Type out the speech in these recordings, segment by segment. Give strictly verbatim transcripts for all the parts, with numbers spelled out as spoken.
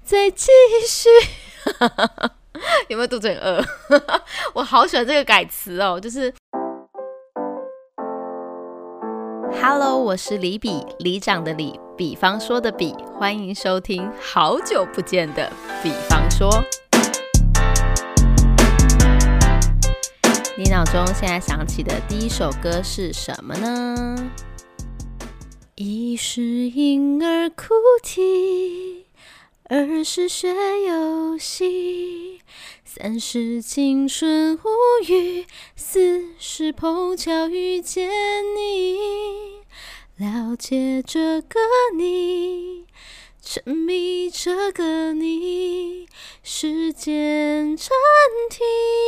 再继续有没有肚子很饿？我好喜欢这个改词哦，就是Hello， 我是李比，里长的李，比方说的比，欢迎收听好久不见的比方说。你脑中现在想起的第一首歌是什么呢？一是婴儿哭啼，二是学游戏，三是青春无语，四是碰巧遇见你，了解这个你，沉迷这个你，时间暂停，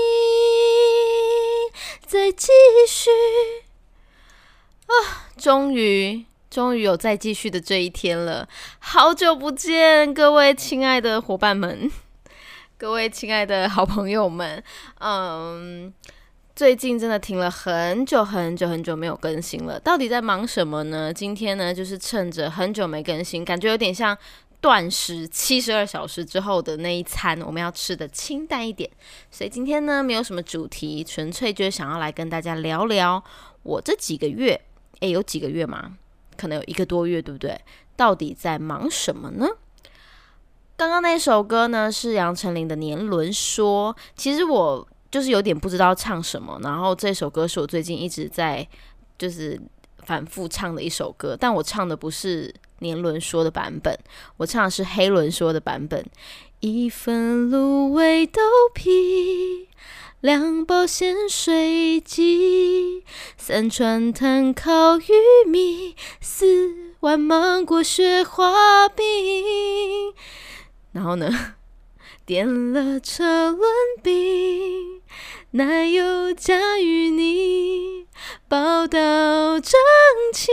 再继续啊！终于终于有再继续的这一天了，好久不见，各位亲爱的伙伴们，各位亲爱的好朋友们，嗯，最近真的停了很久很久很久没有更新了，到底在忙什么呢？今天呢，就是趁着很久没更新，感觉有点像断食七十二小时之后的那一餐，我们要吃的清淡一点，所以今天呢，没有什么主题，纯粹就是想要来跟大家聊聊我这几个月，诶，有几个月吗？可能有一个多月，对不对？到底在忙什么呢？刚刚那首歌呢是杨丞琳的《年轮说》，其实我就是有点不知道唱什么，然后这首歌是我最近一直在就是反复唱的一首歌，但我唱的不是年轮说的版本，我唱的是黑轮说的版本。一份芦苇豆皮，两包咸水鸡，三川炭烤玉米，四碗芒果雪花饼。然后呢，点了车轮饼，奶油加芋泥，包到整齐，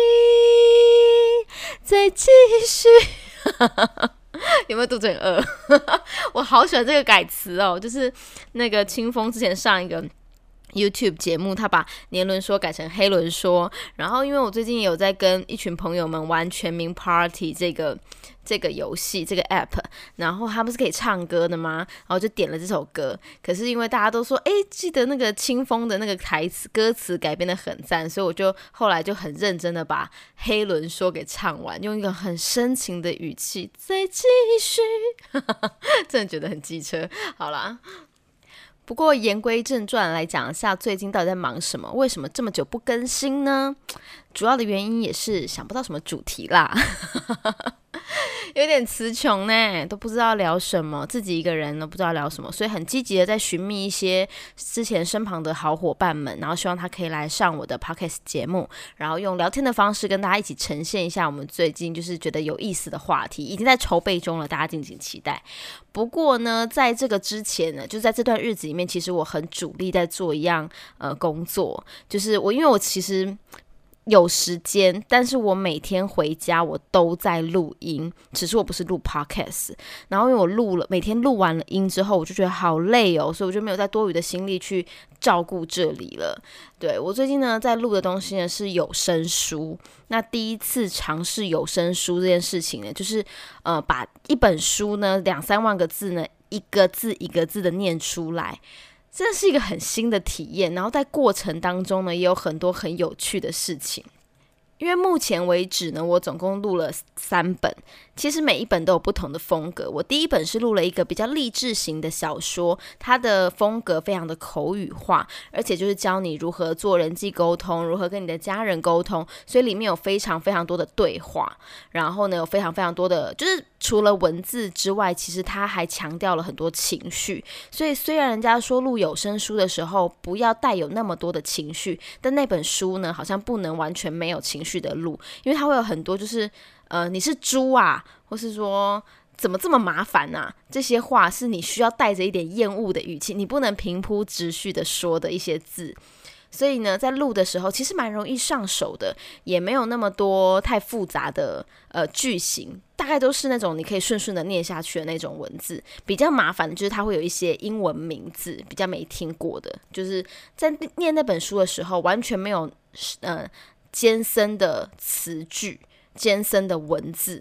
再继续有没有肚子很饿？我好喜欢这个改词哦，就是那个清风之前上一个YouTube 节目，他把年轮说改成黑轮说，然后因为我最近也有在跟一群朋友们玩全民 Party 这个这个游戏这个 app， 然后他们是可以唱歌的吗？然后就点了这首歌，可是因为大家都说，哎，记得那个清风的那个台词歌词改编的很赞，所以我就后来就很认真的把黑轮说给唱完，用一个很深情的语气再继续，真的觉得很机车。好啦。不过言归正传，来讲一下最近到底在忙什么，为什么这么久不更新呢？主要的原因也是想不到什么主题啦有点词穷呢，都不知道聊什么，自己一个人都不知道聊什么，所以很积极的在寻觅一些之前身旁的好伙伴们，然后希望他可以来上我的 podcast 节目，然后用聊天的方式跟大家一起呈现一下我们最近就是觉得有意思的话题，已经在筹备中了，大家敬请期待。不过呢，在这个之前呢，就在这段日子里面，其实我很主力在做一样呃工作，就是我因为我其实有时间，但是我每天回家我都在录音，只是我不是录 podcast， 然后因为我录了每天录完了音之后，我就觉得好累哦，所以我就没有再多余的心力去照顾这里了。对，我最近呢在录的东西呢是有声书，那第一次尝试有声书这件事情呢，就是呃把一本书呢两三万个字呢一个字一个字的念出来。这是一个很新的体验，然后在过程当中呢，也有很多很有趣的事情。因为目前为止呢，我总共录了三本，其实每一本都有不同的风格。我第一本是录了一个比较励志型的小说，它的风格非常的口语化，而且就是教你如何做人际沟通，如何跟你的家人沟通，所以里面有非常非常多的对话，然后呢有非常非常多的，就是除了文字之外，其实它还强调了很多情绪。所以虽然人家说录有声书的时候不要带有那么多的情绪，但那本书呢好像不能完全没有情绪的录，因为它会有很多就是呃你是猪啊，或是说怎么这么麻烦啊，这些话是你需要带着一点厌恶的语气，你不能平铺直叙的说的一些字。所以呢在录的时候其实蛮容易上手的，也没有那么多太复杂的呃句型，大概都是那种你可以顺顺的念下去的那种文字。比较麻烦的就是它会有一些英文名字比较没听过的，就是在念那本书的时候完全没有呃艰深的词句、艰深的文字，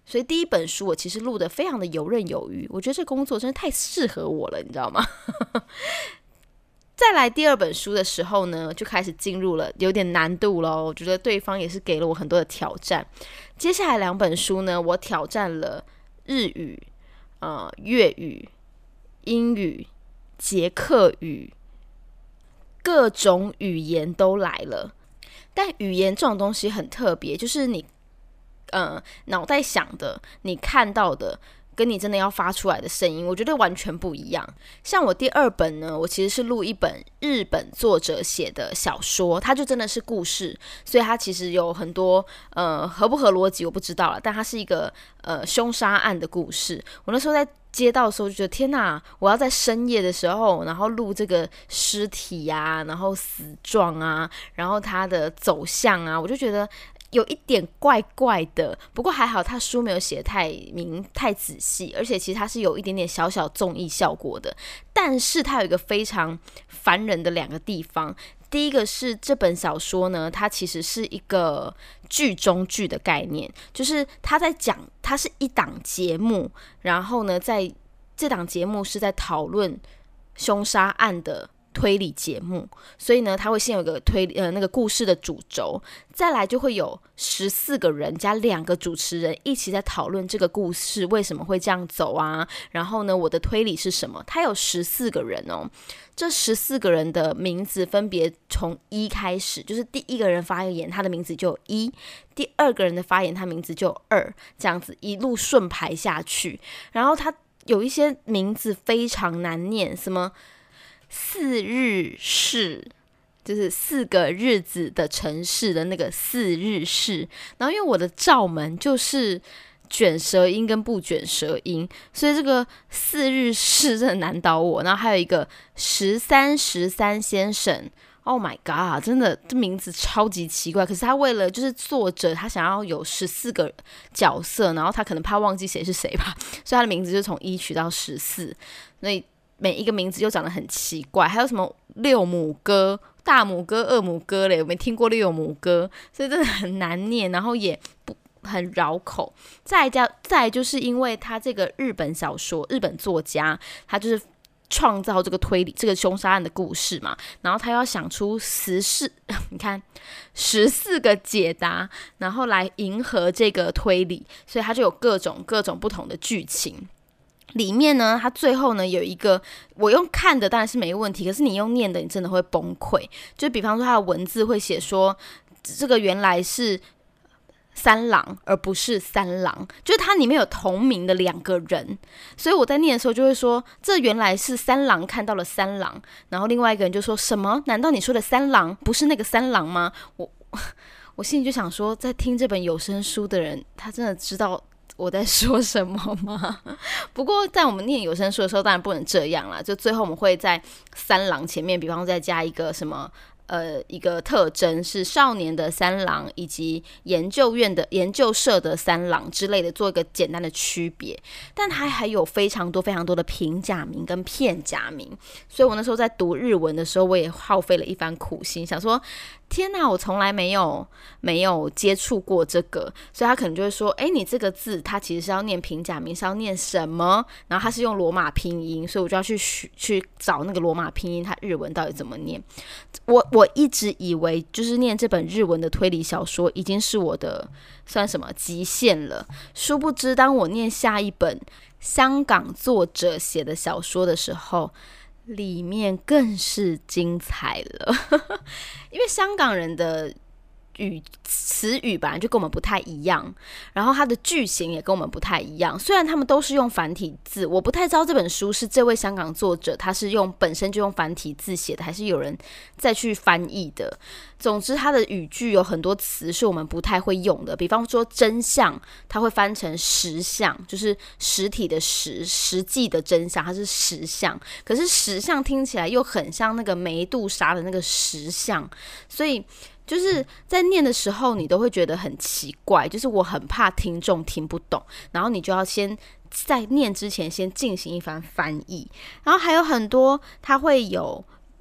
所以第一本书我其实录得非常的游刃有余，我觉得这工作真的太适合我了，你知道吗？再来第二本书的时候呢，就开始进入了有点难度咯，我觉得对方也是给了我很多的挑战。接下来两本书呢，我挑战了日语、呃、粤语、英语、捷克语，各种语言都来了。但语言这种东西很特别，就是你呃脑袋想的，你看到的，跟你真的要发出来的声音，我觉得完全不一样。像我第二本呢，我其实是录一本日本作者写的小说，它就真的是故事，所以它其实有很多呃合不合逻辑我不知道了，但它是一个呃凶杀案的故事。我那时候在接到的时候就觉得天哪，我要在深夜的时候然后录这个尸体啊，然后死状啊，然后它的走向啊，我就觉得有一点怪怪的。不过还好他书没有写太明太仔细，而且其实它是有一点点小小综艺效果的。但是它有一个非常烦人的两个地方，第一个是这本小说呢，它其实是一个剧中剧的概念，就是他在讲，它是一档节目，然后呢在这档节目是在讨论凶杀案的推理节目，所以呢他会先有一个推呃那个故事的主轴，再来就会有十四个人加两个主持人一起在讨论这个故事为什么会这样走啊，然后呢我的推理是什么。他有十四个人哦，这十四个人的名字分别从一开始，就是第一个人发言他的名字就有一，第二个人的发言他名字就有二，这样子一路顺排下去。然后他有一些名字非常难念，什么四日市，就是四个日子的城市的那个四日市。然后因为我的罩门就是卷舌音跟不卷舌音，所以这个四日市真的难倒我。然后还有一个十三十三先生， Oh my god， 真的这名字超级奇怪。可是他为了就是作者他想要有十四个角色，然后他可能怕忘记谁是谁吧，所以他的名字就从一取到十四，所以每一个名字又长得很奇怪。还有什么六母哥、大母哥、二母哥嘞，我没听过六母哥，所以真的很难念，然后也不很绕口。再加再来就是因为他这个日本小说，日本作家他就是创造这个推理这个凶杀案的故事嘛，然后他要想出十四你看十四个解答，然后来迎合这个推理，所以他就有各种各种不同的剧情。里面呢，它最后呢有一个，我用看的当然是没问题，可是你用念的，你真的会崩溃。就比方说，它的文字会写说，这个原来是三郎，而不是三郎，就是它里面有同名的两个人，所以我在念的时候就会说，这原来是三郎看到了三郎，然后另外一个人就说什么？难道你说的三郎不是那个三郎吗？我我心里就想说，在听这本有声书的人，他真的知道我在说什么吗？不过在我们念有声书的时候当然不能这样啦，就最后我们会在三郎前面比方再加一个什么呃，一个特征是少年的三郎以及研究院的研究社的三郎之类的，做一个简单的区别。但它还有非常多非常多的平假名跟片假名，所以我那时候在读日文的时候，我也耗费了一番苦心，想说天哪，我从来没有没有接触过这个，所以他可能就会说，哎，你这个字它其实是要念平假名，是要念什么？然后它是用罗马拼音，所以我就要去去找那个罗马拼音，它日文到底怎么念？我我一直以为就是念这本日文的推理小说已经是我的算什么极限了，殊不知当我念下一本香港作者写的小说的时候，里面更是精彩了因为香港人的语词语本来就跟我们不太一样，然后它的句型也跟我们不太一样。虽然他们都是用繁体字，我不太知道这本书是这位香港作者他是用本身就用繁体字写的，还是有人再去翻译的。总之它的语句有很多词是我们不太会用的，比方说真相它会翻成实相，就是实体的实，实际的真相，它是实相，可是实相听起来又很像那个梅杜莎的那个石像，所以就是在念的时候你都会觉得很奇怪，就是我很怕听众听不懂，然后你就要先在念之前先进行一番翻译。然后还有很多它会有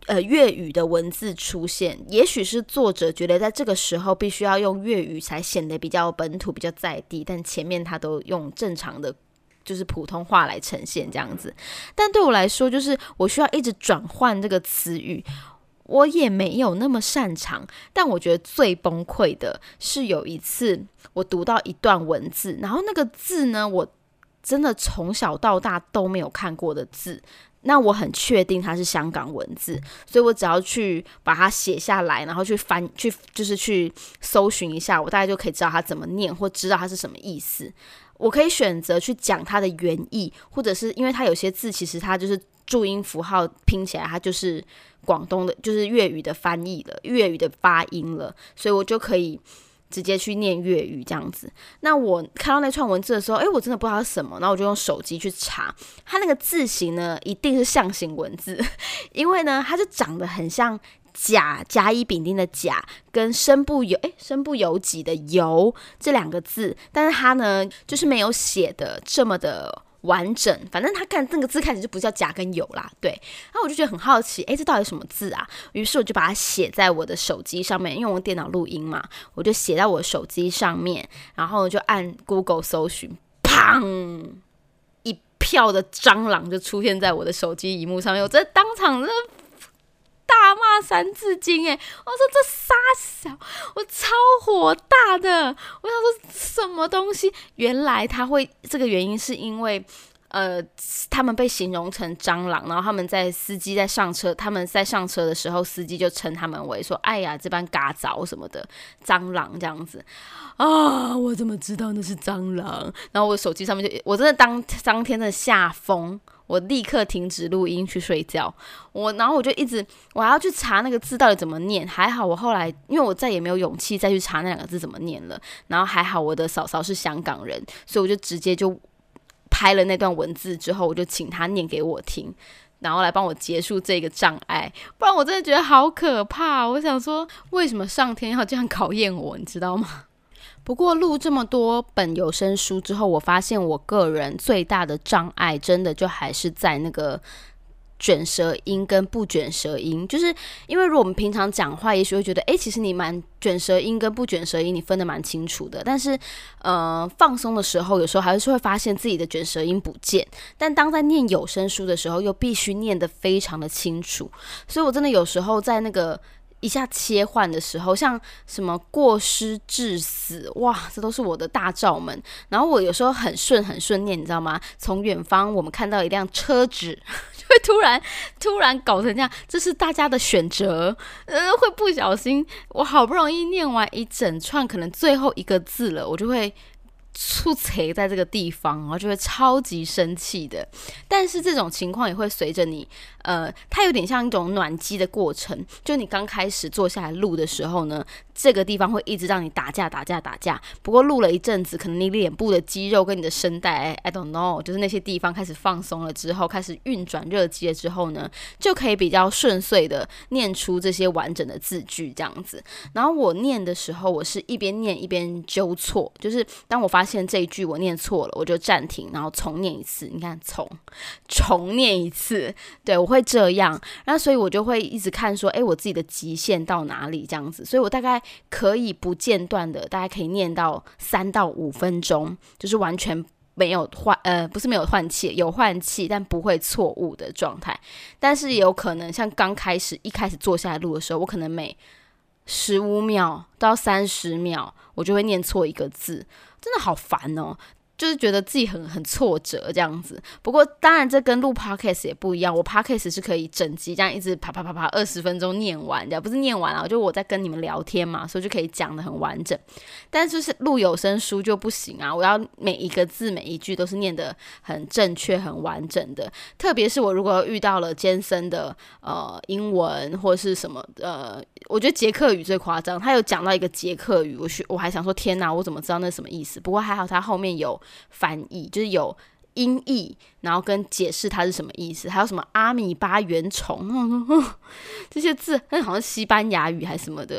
呃粤语的文字出现，也许是作者觉得在这个时候必须要用粤语才显得比较本土比较在地，但前面他都用正常的就是普通话来呈现这样子。但对我来说，就是我需要一直转换这个词语，我也没有那么擅长。但我觉得最崩溃的是有一次我读到一段文字，然后那个字呢，我真的从小到大都没有看过的字，那我很确定它是香港文字，所以我只要去把它写下来，然后去翻去就是去搜寻一下，我大概就可以知道它怎么念，或知道它是什么意思。我可以选择去讲它的原意，或者是因为它有些字其实它就是注音符号拼起来它就是广东的，就是粤语的翻译了，粤语的发音了，所以我就可以直接去念粤语这样子。那我看到那串文字的时候，诶，我真的不知道是什么，然后我就用手机去查，它那个字形呢一定是象形文字，因为呢它就长得很像甲甲乙丙丁的甲跟身不由诶身不由己的由这两个字，但是它呢就是没有写的这么的完整，反正他看那个字看起来就不叫甲跟有啦，对。然后我就觉得很好奇，诶，这到底什么字啊？于是我就把它写在我的手机上面，因为我电脑录音嘛，我就写在我的手机上面，然后就按 Google 搜寻，砰！一票的蟑螂就出现在我的手机萤幕上面，我在当场真的大骂三字经耶！我说这傻小，我超火大的。我想说什么东西？原来他会这个原因是因为呃，他们被形容成蟑螂，然后他们在司机在上车，他们在上车的时候，司机就称他们为说：“哎呀，这班嘎糟什么的蟑螂这样子啊！”我怎么知道那是蟑螂？然后我手机上面就，我真的当当天的下风。我立刻停止录音去睡觉，我然后我就一直我还要去查那个字到底怎么念，还好我后来因为我再也没有勇气再去查那两个字怎么念了，然后还好我的嫂嫂是香港人，所以我就直接就拍了那段文字之后，我就请他念给我听，然后来帮我结束这个障碍，不然我真的觉得好可怕。我想说为什么上天要这样考验我，你知道吗？不过录这么多本有声书之后，我发现我个人最大的障碍真的就还是在那个卷舌音跟不卷舌音，就是因为如果我们平常讲话也许会觉得诶其实你蛮卷舌音跟不卷舌音你分得蛮清楚的，但是呃放松的时候有时候还是会发现自己的卷舌音不见，但当在念有声书的时候又必须念得非常的清楚，所以我真的有时候在那个一下切换的时候，像什么过失致死，哇，这都是我的大罩门。然后我有时候很顺很顺念，你知道吗？从远方我们看到一辆车子，就会突然突然搞成这样，这是大家的选择，呃，会不小心，我好不容易念完一整串，可能最后一个字了，我就会出错在这个地方，然后就会超级生气的。但是这种情况也会随着你呃，它有点像一种暖机的过程，就你刚开始坐下来录的时候呢，这个地方会一直让你打架打架打架，不过录了一阵子，可能你脸部的肌肉跟你的声带 I don't know 就是那些地方开始放松了之后，开始运转热机了之后呢，就可以比较顺遂的念出这些完整的字句这样子。然后我念的时候，我是一边念一边纠错，就是当我发现这一句我念错了，我就暂停，然后重念一次，你看重重念一次，对，我会这样，然后所以我就会一直看说，诶，我自己的极限到哪里这样子，所以我大概可以不间断的，大概可以念到三到五分钟，就是完全没有换，呃，不是没有换气，有换气，但不会错误的状态。但是也有可能像刚开始一开始坐下来录的时候，我可能每十五秒到三十秒，我就会念错一个字，真的好烦哦。就是觉得自己很很挫折这样子，不过当然这跟录 podcast 也不一样，我 podcast 是可以整集这样一直啪啪啪啪二十分钟念完的，不是念完啊，就我在跟你们聊天嘛，所以就可以讲得很完整。但是就是录有声书就不行啊，我要每一个字每一句都是念得很正确很完整的，特别是我如果遇到了艰深的呃英文或是什么呃，我觉得捷克语最夸张，他有讲到一个捷克语，我学我还想说天哪，我怎么知道那是什么意思？不过还好他后面有翻译，就是有音译，然后跟解释它是什么意思，还有什么阿米巴原虫这些字，那好像西班牙语还是什么的，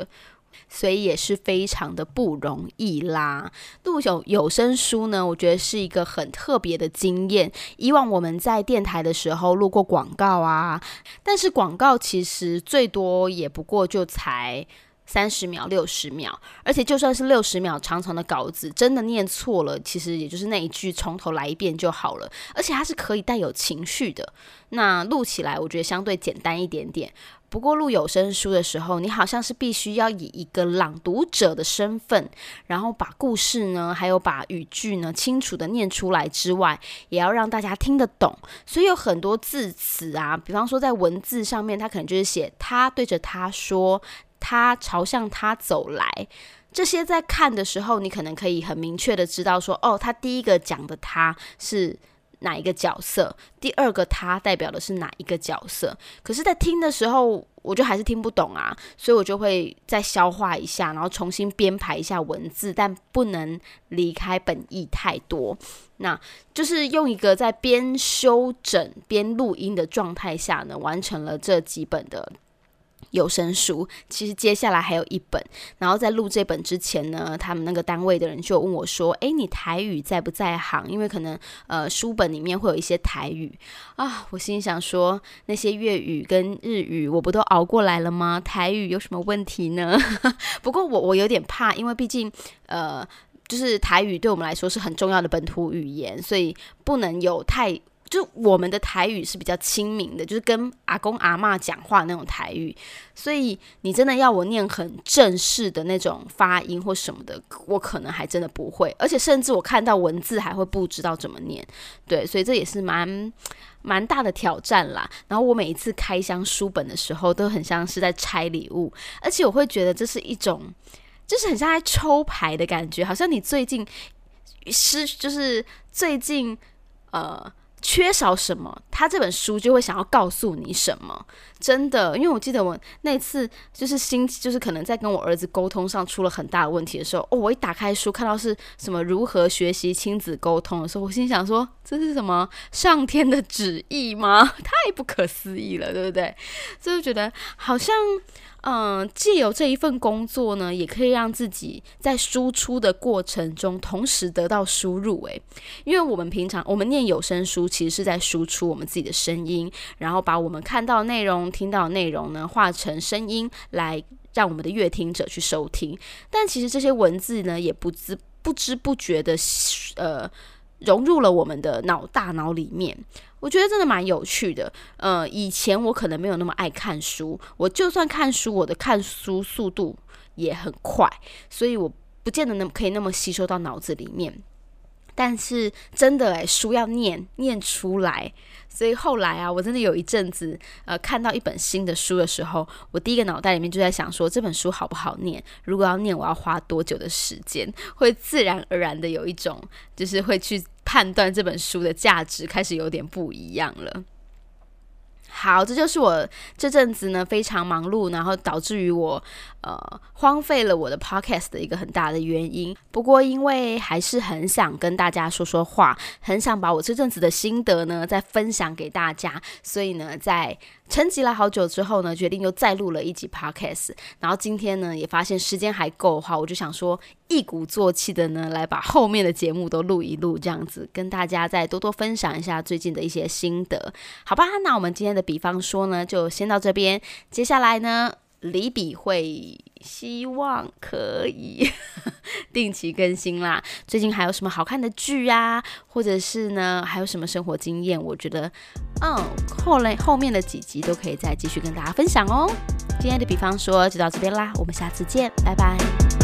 所以也是非常的不容易啦。录有有声书呢，我觉得是一个很特别的经验。以往我们在电台的时候录过广告啊，但是广告其实最多也不过就才三十秒、六十秒，而且就算是六十秒长长的稿子，真的念错了，其实也就是那一句从头来一遍就好了。而且它是可以带有情绪的，那录起来我觉得相对简单一点点。不过录有声书的时候，你好像是必须要以一个朗读者的身份，然后把故事呢，还有把语句呢清楚的念出来之外，也要让大家听得懂。所以有很多字词啊，比方说在文字上面，他可能就是写他对着他说，他朝向他走来，这些在看的时候，你可能可以很明确的知道说，哦，他第一个讲的他是哪一个角色，第二个他代表的是哪一个角色。可是在听的时候我就还是听不懂啊，所以我就会再消化一下，然后重新编排一下文字，但不能离开本意太多。那就是用一个在边修整边录音的状态下呢，完成了这几本的有声书。其实接下来还有一本，然后在录这本之前呢，他们那个单位的人就问我说，诶，你台语在不在行？因为可能呃书本里面会有一些台语啊。我心里想说，那些粤语跟日语我不都熬过来了吗？台语有什么问题呢？不过我我有点怕，因为毕竟呃就是台语对我们来说是很重要的本土语言，所以不能有太就我们的台语是比较亲民的，就是跟阿公阿嬷讲话那种台语，所以你真的要我念很正式的那种发音或什么的，我可能还真的不会，而且甚至我看到文字还会不知道怎么念。对，所以这也是蛮蛮大的挑战啦。然后我每一次开箱书本的时候，都很像是在拆礼物，而且我会觉得这是一种就是很像在抽牌的感觉，好像你最近是就是最近呃缺少什么，他这本书就会想要告诉你什么。真的，因为我记得我那次就是心就是可能在跟我儿子沟通上出了很大的问题的时候，哦，我一打开书看到是什么如何学习亲子沟通的时候，我心想说，这是什么上天的旨意吗？太不可思议了，对不对？所以我觉得好像嗯，藉由这一份工作呢，也可以让自己在输出的过程中同时得到输入。诶，因为我们平常我们念有声书，其实是在输出我们自己的声音，然后把我们看到的内容、听到的内容呢，化成声音来让我们的乐听者去收听。但其实这些文字呢，也不知不知不觉的呃融入了我们的脑大脑里面。我觉得真的蛮有趣的。呃，以前我可能没有那么爱看书，我就算看书，我的看书速度也很快，所以我不见得能可以那么吸收到脑子里面。但是真的诶，书要念念出来，所以后来啊，我真的有一阵子呃看到一本新的书的时候，我第一个脑袋里面就在想说，这本书好不好念，如果要念我要花多久的时间，会自然而然的有一种就是会去判断这本书的价值开始有点不一样了。好，这就是我这阵子呢非常忙碌，然后导致于我呃荒废了我的 podcast 的一个很大的原因。不过因为还是很想跟大家说说话，很想把我这阵子的心得呢再分享给大家，所以呢在沉寂了好久之后呢，决定又再录了一集 podcast。然后今天呢也发现时间还够的话，我就想说一鼓作气的呢来把后面的节目都录一录，这样子跟大家再多多分享一下最近的一些心得。好吧，那我们今天的比方说呢就先到这边，接下来呢离比会希望可以定期更新啦。最近还有什么好看的剧啊，或者是呢还有什么生活经验，我觉得嗯后来后面的几集都可以再继续跟大家分享哦。今天的比方说就到这边啦，我们下次见，拜拜。